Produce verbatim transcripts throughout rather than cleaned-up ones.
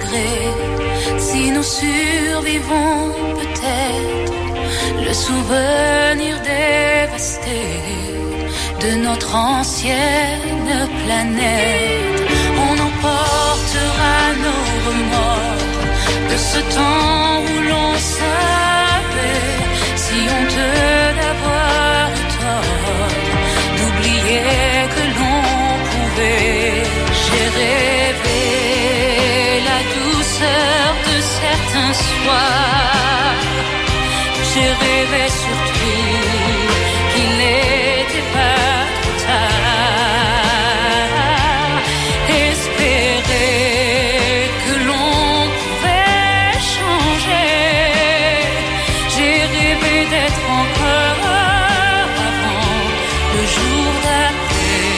resterai. Si nous survivons peut-être le souvenir dévasté de notre ancienne planète, on emportera nos remords de ce temps où l'on savait, si honteux d'avoir tort, d'oublier que l'on pouvait. J'ai rêvé la douceur de certains soirs, j'ai rêvé surtout qu'il n'était pas trop tard. Espérer que l'on pouvait changer, j'ai rêvé d'être encore avant le jour d'après.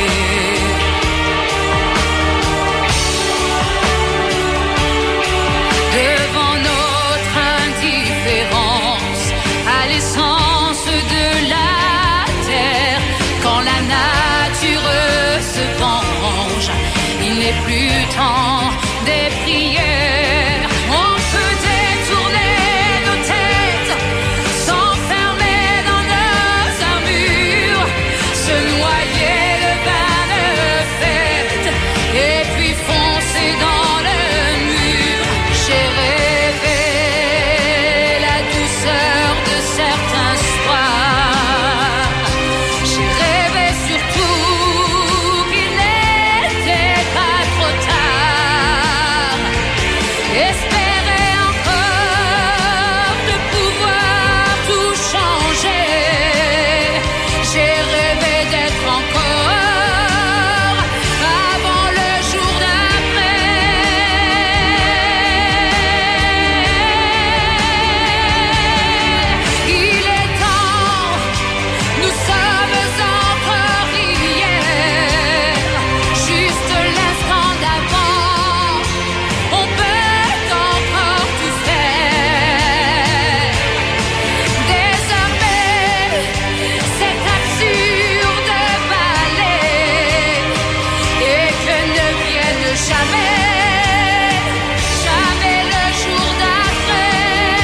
Devant notre indifférence à l'essence de la terre, quand la nature se venge, il n'est plus temps des prières. On peut détourner nos têtes, s'enfermer dans nos armures, se noyer le bain de fête et puis foncer dans le mur. J'ai rêvé la douceur de certains soirs, j'ai rêvé surtout qu'il n'était pas trop tard. Espérer encore de pouvoir tout changer, j'ai rêvé d'être encore avant le jour d'après. Il est temps, nous sommes encore hier, juste l'instant d'avant, on peut encore tout faire. Désormais, c'est absurde balai, et que ne vienne jamais, jamais le jour d'après.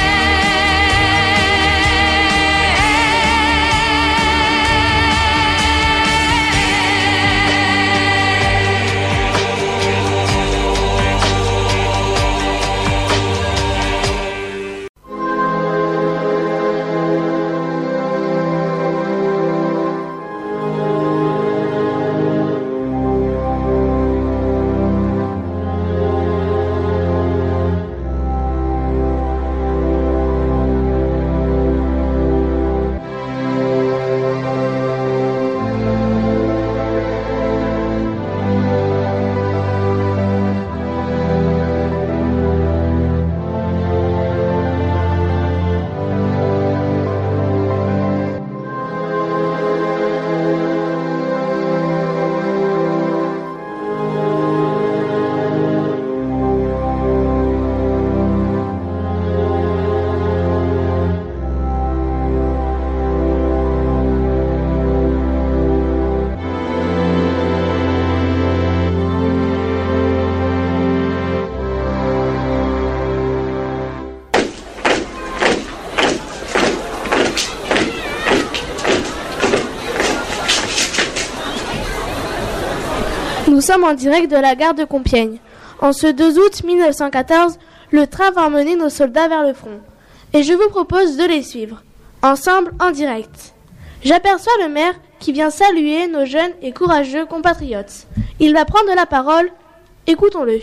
Nous sommes en direct de la gare de Compiègne. En ce deux août mille neuf cent quatorze, le train va emmener nos soldats vers le front. Et je vous propose de les suivre, ensemble en direct. J'aperçois le maire qui vient saluer nos jeunes et courageux compatriotes. Il va prendre la parole. Écoutons-le.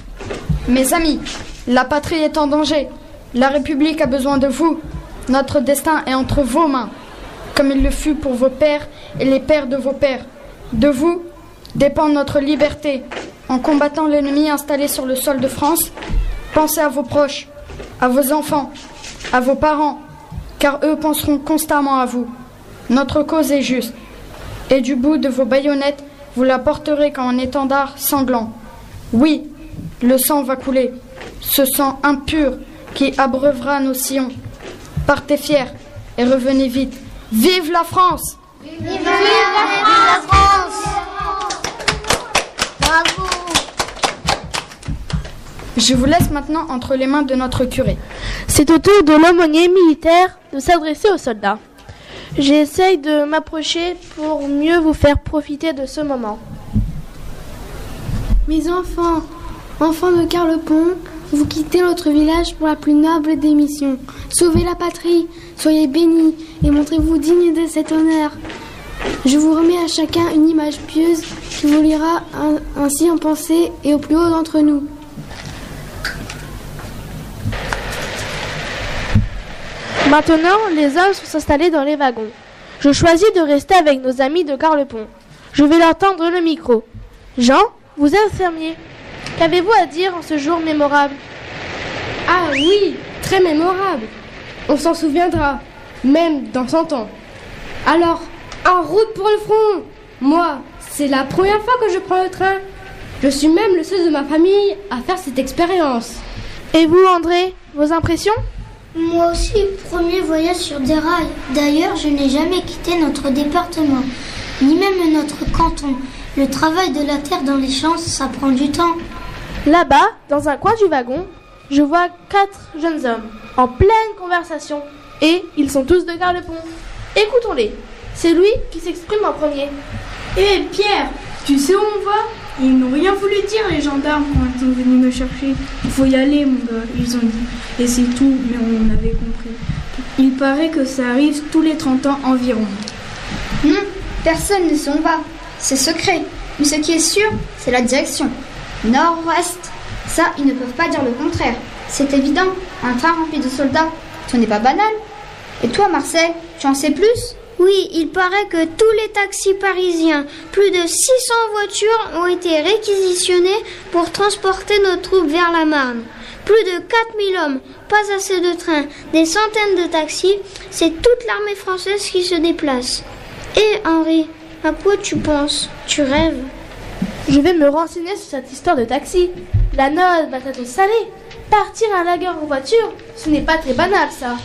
Mes amis, la patrie est en danger. La République a besoin de vous. Notre destin est entre vos mains, comme il le fut pour vos pères et les pères de vos pères. De vous dépend notre liberté. En combattant l'ennemi installé sur le sol de France, pensez à vos proches, à vos enfants, à vos parents, car eux penseront constamment à vous. Notre cause est juste, et du bout de vos baïonnettes, vous la porterez comme un étendard sanglant. Oui, le sang va couler, ce sang impur qui abreuvera nos sillons. Partez fiers et revenez vite. Vive la France! Vive, Vive la France! Bravo! Je vous laisse maintenant entre les mains de notre curé. C'est au tour de l'aumônier militaire de s'adresser aux soldats. J'essaye de m'approcher pour mieux vous faire profiter de ce moment. Mes enfants, enfants de Carlepont, vous quittez notre village pour la plus noble des missions. Sauvez la patrie, soyez bénis et montrez-vous dignes de cet honneur. Je vous remets à chacun une image pieuse qui vous lira un, ainsi en pensée et au plus haut d'entre nous. Maintenant, les hommes sont installés dans les wagons. Je choisis de rester avec nos amis de Carlepont. Je vais leur tendre le micro. Jean, vous êtes fermier. Qu'avez-vous à dire en ce jour mémorable? Ah oui, très mémorable. On s'en souviendra, même dans cent ans. Alors, en route pour le front. Moi, c'est la première fois que je prends le train. Je suis même le seul de ma famille à faire cette expérience. Et vous, André, vos impressions? Moi aussi, premier voyage sur des rails. D'ailleurs, je n'ai jamais quitté notre département, ni même notre canton. Le travail de la terre dans les champs, ça prend du temps. Là-bas, dans un coin du wagon, je vois quatre jeunes hommes en pleine conversation. Et ils sont tous de Carlepont. Écoutons-les. C'est lui qui s'exprime en premier. Eh Pierre, tu sais où on va? Ils n'ont rien voulu dire, les gendarmes, quand ils sont venus me chercher. Il faut y aller, mon gars, ils ont dit. Et c'est tout, mais on avait compris. Il paraît que ça arrive tous les trente ans environ. Non, personne ne s'en va. C'est secret. Mais ce qui est sûr, c'est la direction. Nord-ouest. Ça, ils ne peuvent pas dire le contraire. C'est évident, un train rempli de soldats, ce n'est pas banal. Et toi, Marcel, tu en sais plus? Oui, il paraît que tous les taxis parisiens, plus de six cents voitures ont été réquisitionnées pour transporter nos troupes vers la Marne. Plus de quatre mille hommes, pas assez de trains, des centaines de taxis, c'est toute l'armée française qui se déplace. Et Henri, à quoi tu penses? Tu rêves? Je vais me renseigner sur cette histoire de taxi. La note va être salée. Partir à la gare en voiture, ce n'est pas très banal, ça.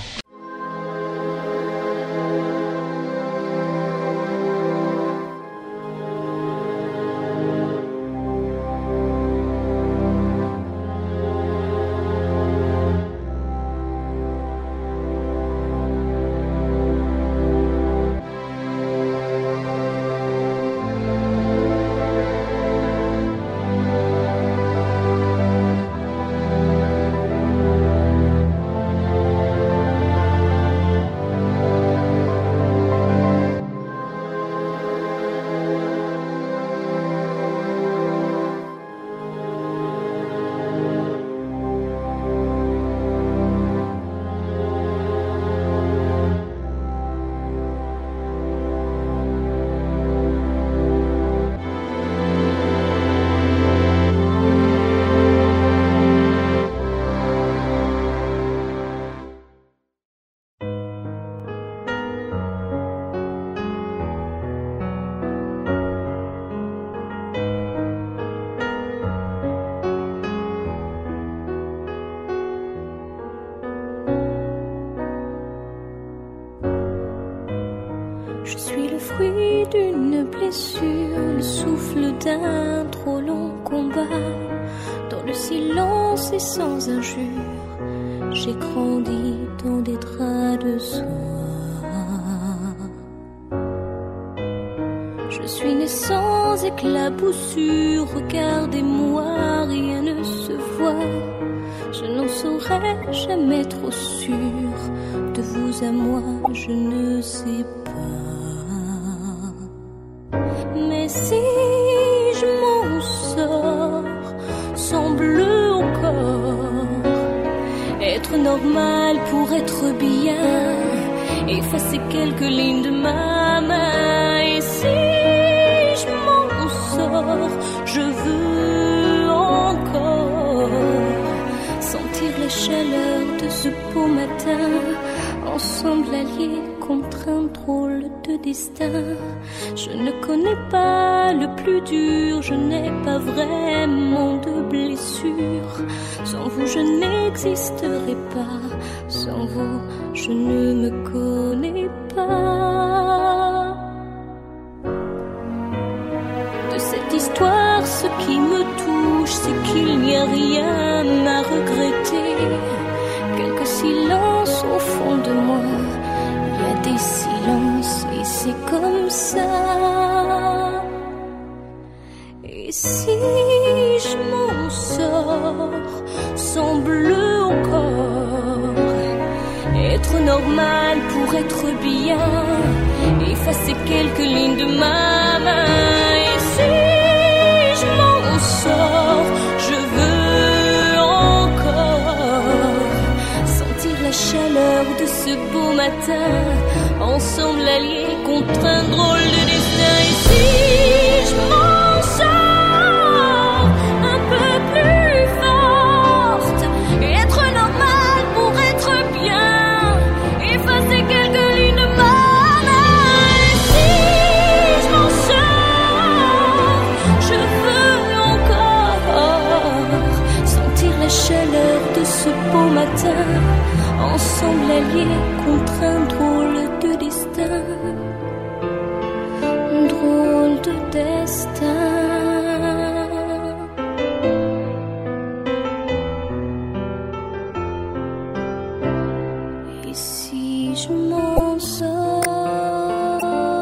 Je suis le fruit d'une blessure, le souffle d'un trop long combat. Dans le silence et sans injure, j'ai grandi dans des draps de soie. Je suis né sans éclaboussure, regardez-moi, rien ne se voit. Je n'en saurais jamais trop sûr, de vous à moi, je ne sais pas. Mais si je m'en sors, semble encore être normal pour être bien, effacer quelques lignes de ma main. Et si je m'en sors, je veux encore sentir la chaleur de ce beau matin, ensemble alliés contre un drôle de destin. Je ne connais pas le plus dur, je n'ai pas vraiment de blessure. Sans vous je n'existerai pas, sans vous je ne me connais pas. De cette histoire, ce qui me touche, c'est qu'il n'y a rien fond de moi, il y a des silences et c'est comme ça. Et si je m'en sors sans bleu au corps, être normal pour être bien, effacer quelques lignes de ma main. Et si je m'en sors, je veux encore sentir la chaleur de ce beau matin, ensemble alliés contre un drôle de destin. Et si je m'en sors un peu plus forte, être normal pour être bien, effacer quelques lignes de ma main. Et si je m'en sors, je veux encore sentir la chaleur de ce beau matin, ensemble alliés contre un drôle de destin. Drôle de destin. Et si je m'en sors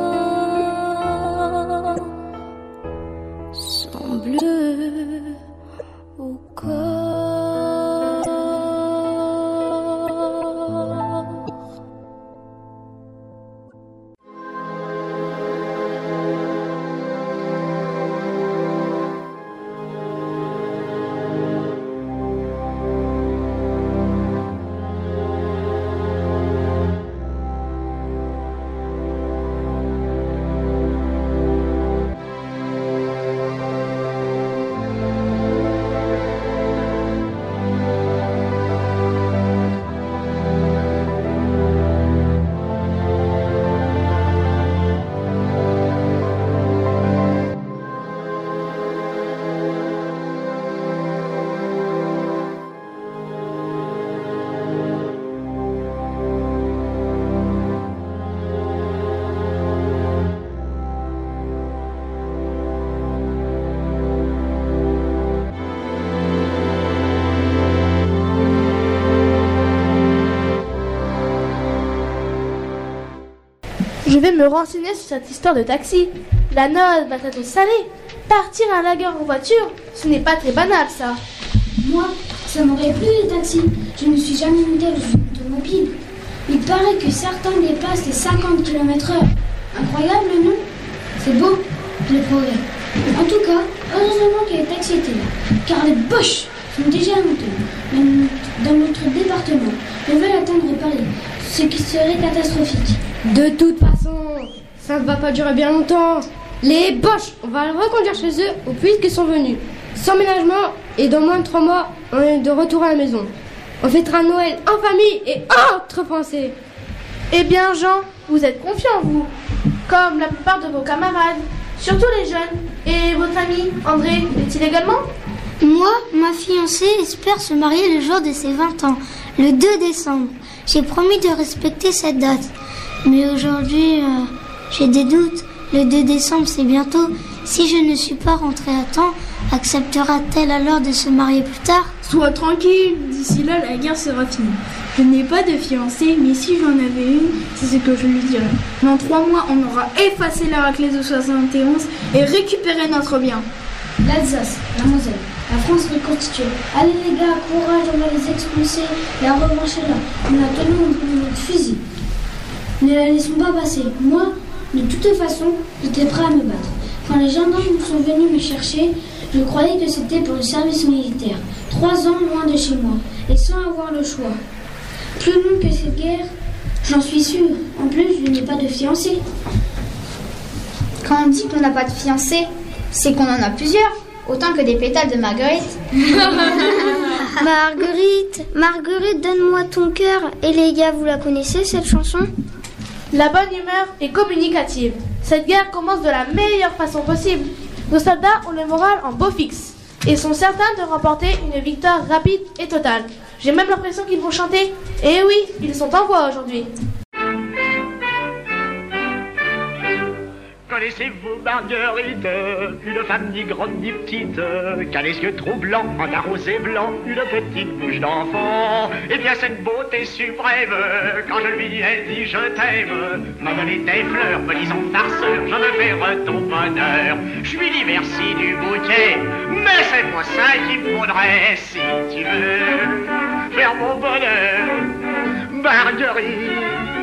sans bleu au corps? Je vais me renseigner sur cette histoire de taxi. La note va être salée. Partir à la gare en voiture, ce n'est pas très banal, ça. Moi, ça m'aurait plu les taxis. Je ne suis jamais monté dans une automobile. Il paraît que certains dépassent les cinquante kilomètres heure. Incroyable, non? C'est beau, le progrès. En tout cas, heureusement que les taxis étaient là, car les Boches sont déjà montés. Même dans notre département, ils veulent atteindre Paris, ce qui serait catastrophique. De toute façon, ça ne va pas durer bien longtemps. Les Boches, on va les reconduire chez eux au plus vite qu'ils sont venus. Sans ménagement, et dans moins de trois mois, on est de retour à la maison. On fêtera Noël en famille et entre Français. Eh bien, Jean, vous êtes confiant, vous, comme la plupart de vos camarades, surtout les jeunes. Et votre ami, André, est-il également? Moi, ma fiancée espère se marier le jour de ses vingt ans, le deux décembre. J'ai promis de respecter cette date. Mais aujourd'hui, euh, j'ai des doutes. Le deux décembre, c'est bientôt. Si je ne suis pas rentrée à temps, acceptera-t-elle alors de se marier plus tard? Sois tranquille, d'ici là, la guerre sera finie. Je n'ai pas de fiancée, mais si j'en avais une, c'est ce que je lui dirais. Dans trois mois, on aura effacé la raclée de soixante et onze et récupéré notre bien. L'Alsace, la Moselle, la France reconstituée. Allez les gars, courage, on va les expulser. La revanche est là. On a tenu notre fusil. Ne la laissons pas passer. Moi, de toute façon, j'étais prêt à me battre. Quand les gendarmes sont venus me chercher, je croyais que c'était pour le service militaire. Trois ans loin de chez moi, et sans avoir le choix. Plus long que cette guerre, j'en suis sûre. En plus, je n'ai pas de fiancé. Quand on dit qu'on n'a pas de fiancé, c'est qu'on en a plusieurs. Autant que des pétales de Marguerite. Marguerite, Marguerite, donne-moi ton cœur. Et les gars, vous la connaissez, cette chanson? La bonne humeur est communicative. Cette guerre commence de la meilleure façon possible. Nos soldats ont le moral en beau fixe et sont certains de remporter une victoire rapide et totale. J'ai même l'impression qu'ils vont chanter. Et oui, ils sont en voix aujourd'hui. Quand Connaissez-vous Marguerite, une femme ni grande ni petite, qui a les yeux trop blancs, en un rosé blanc, une petite bouche d'enfant? Eh bien cette beauté suprême, quand je lui ai dit je t'aime, m'a donné des fleurs, me disant farceur, je me fais ton bonheur. Je lui dis merci du bouquet, mais c'est pas ça qu'il me faudrait si tu veux faire mon bonheur. Marguerite,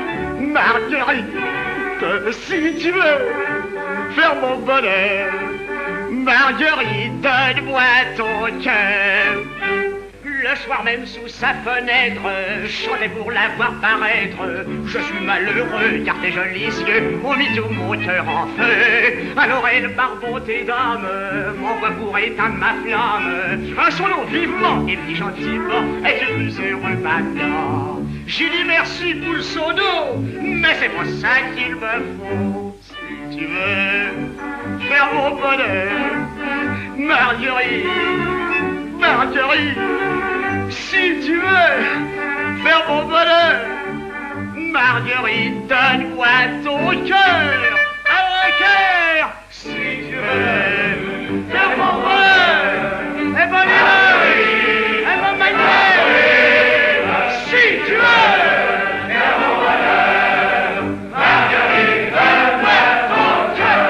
Marguerite, si tu veux faire mon bonheur, Marguerite, donne-moi ton cœur. Le soir même sous sa fenêtre, chantais pour la voir paraître. Je suis malheureux car tes jolis yeux ont mis tout mon cœur en feu. Alors elle, par bonté d'âme, m'envoie pour éteindre ma flamme. Un son nom vivement et me dit gentiment, es-tu plus heureux maintenant? J'ai dit merci pour le son d'eau, mais c'est pas ça qu'il me faut. Si tu veux faire mon bonheur, Marguerite, Marguerite, si tu veux faire mon bonheur, Marguerite, donne-moi ton cœur, un cœur, si tu veux faire mon bonheur, et bonne humeur, et bonne manière, si tu veux faire mon bonheur, Marguerite, donne-moi ton cœur.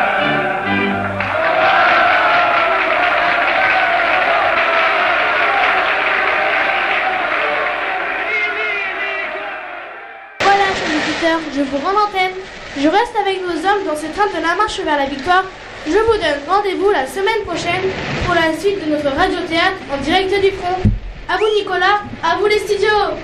Voilà, chers auditeurs, je vous rends l'antenne. Je reste avec nos hommes dans cette train de la marche vers la victoire. Je vous donne rendez-vous la semaine prochaine pour la suite de notre radio-théâtre en direct du front. À vous Nicolas, à vous les studios.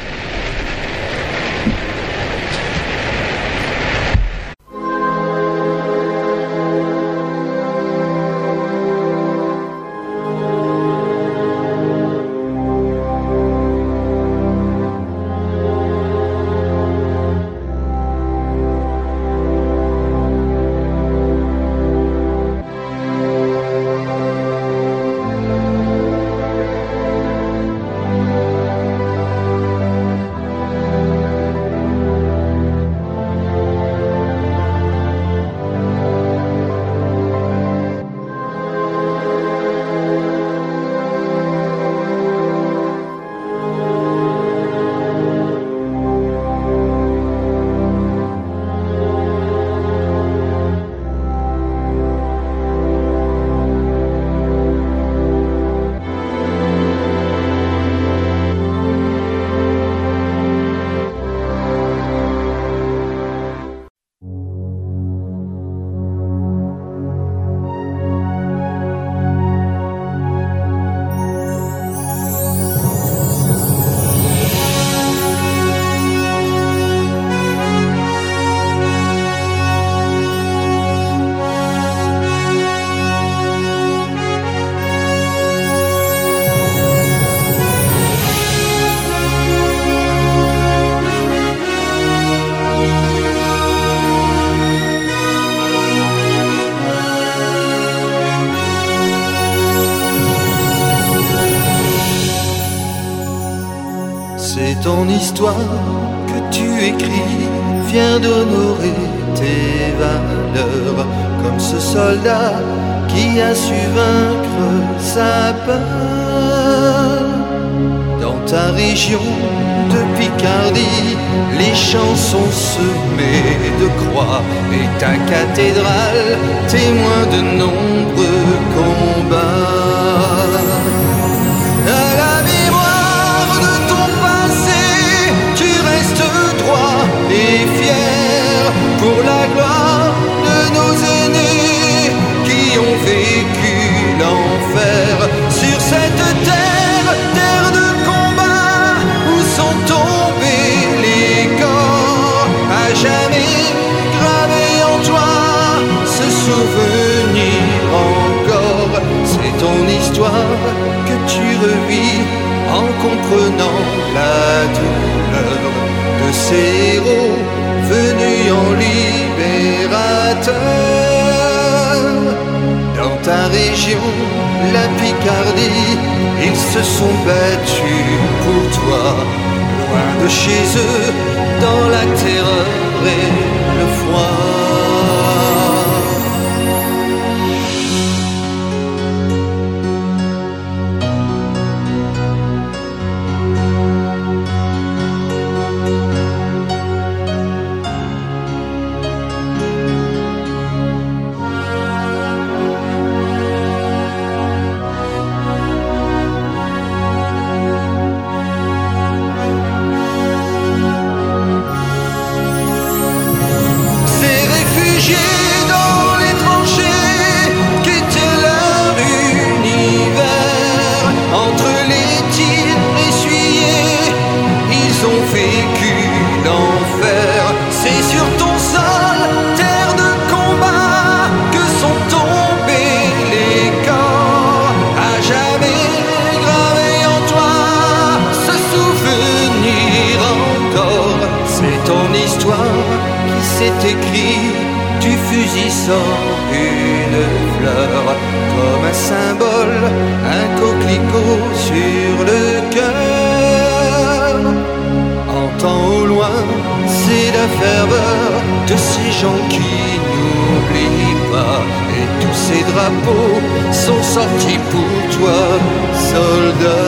Ton histoire que tu écris vient d'honorer tes valeurs, comme ce soldat qui a su vaincre sa peur. Dans ta région de Picardie, les champs sont semés de croix et ta cathédrale témoin de nombreux combats. À la mémoire de ton passé, tu restes droit et fier pour la gloire de nos aînés qui ont vécu l'enfer sur cette terre, terre de combat où sont tombés les corps, à jamais gravé en toi ce souvenir encore. C'est ton histoire que tu revis en comprenant la douleur de ces héros venus en libérateur. Dans ta région, la Picardie, ils se sont battus pour toi, loin de chez eux, dans la terreur et le froid. réfugiés dans les tranchées qu'était leur univers. Entre les tirs essuyés, ils ont vécu l'enfer. C'est sur ton sol, terre de combat, que sont tombés les corps. À jamais gravé en toi, ce souvenir encore. C'est ton histoire qui s'est écrite, du fusil sort une fleur, comme un symbole, un coquelicot sur le cœur. Entends au loin, c'est la ferveur de ces gens qui n'oublient pas. Et tous ces drapeaux sont sortis pour toi, soldat.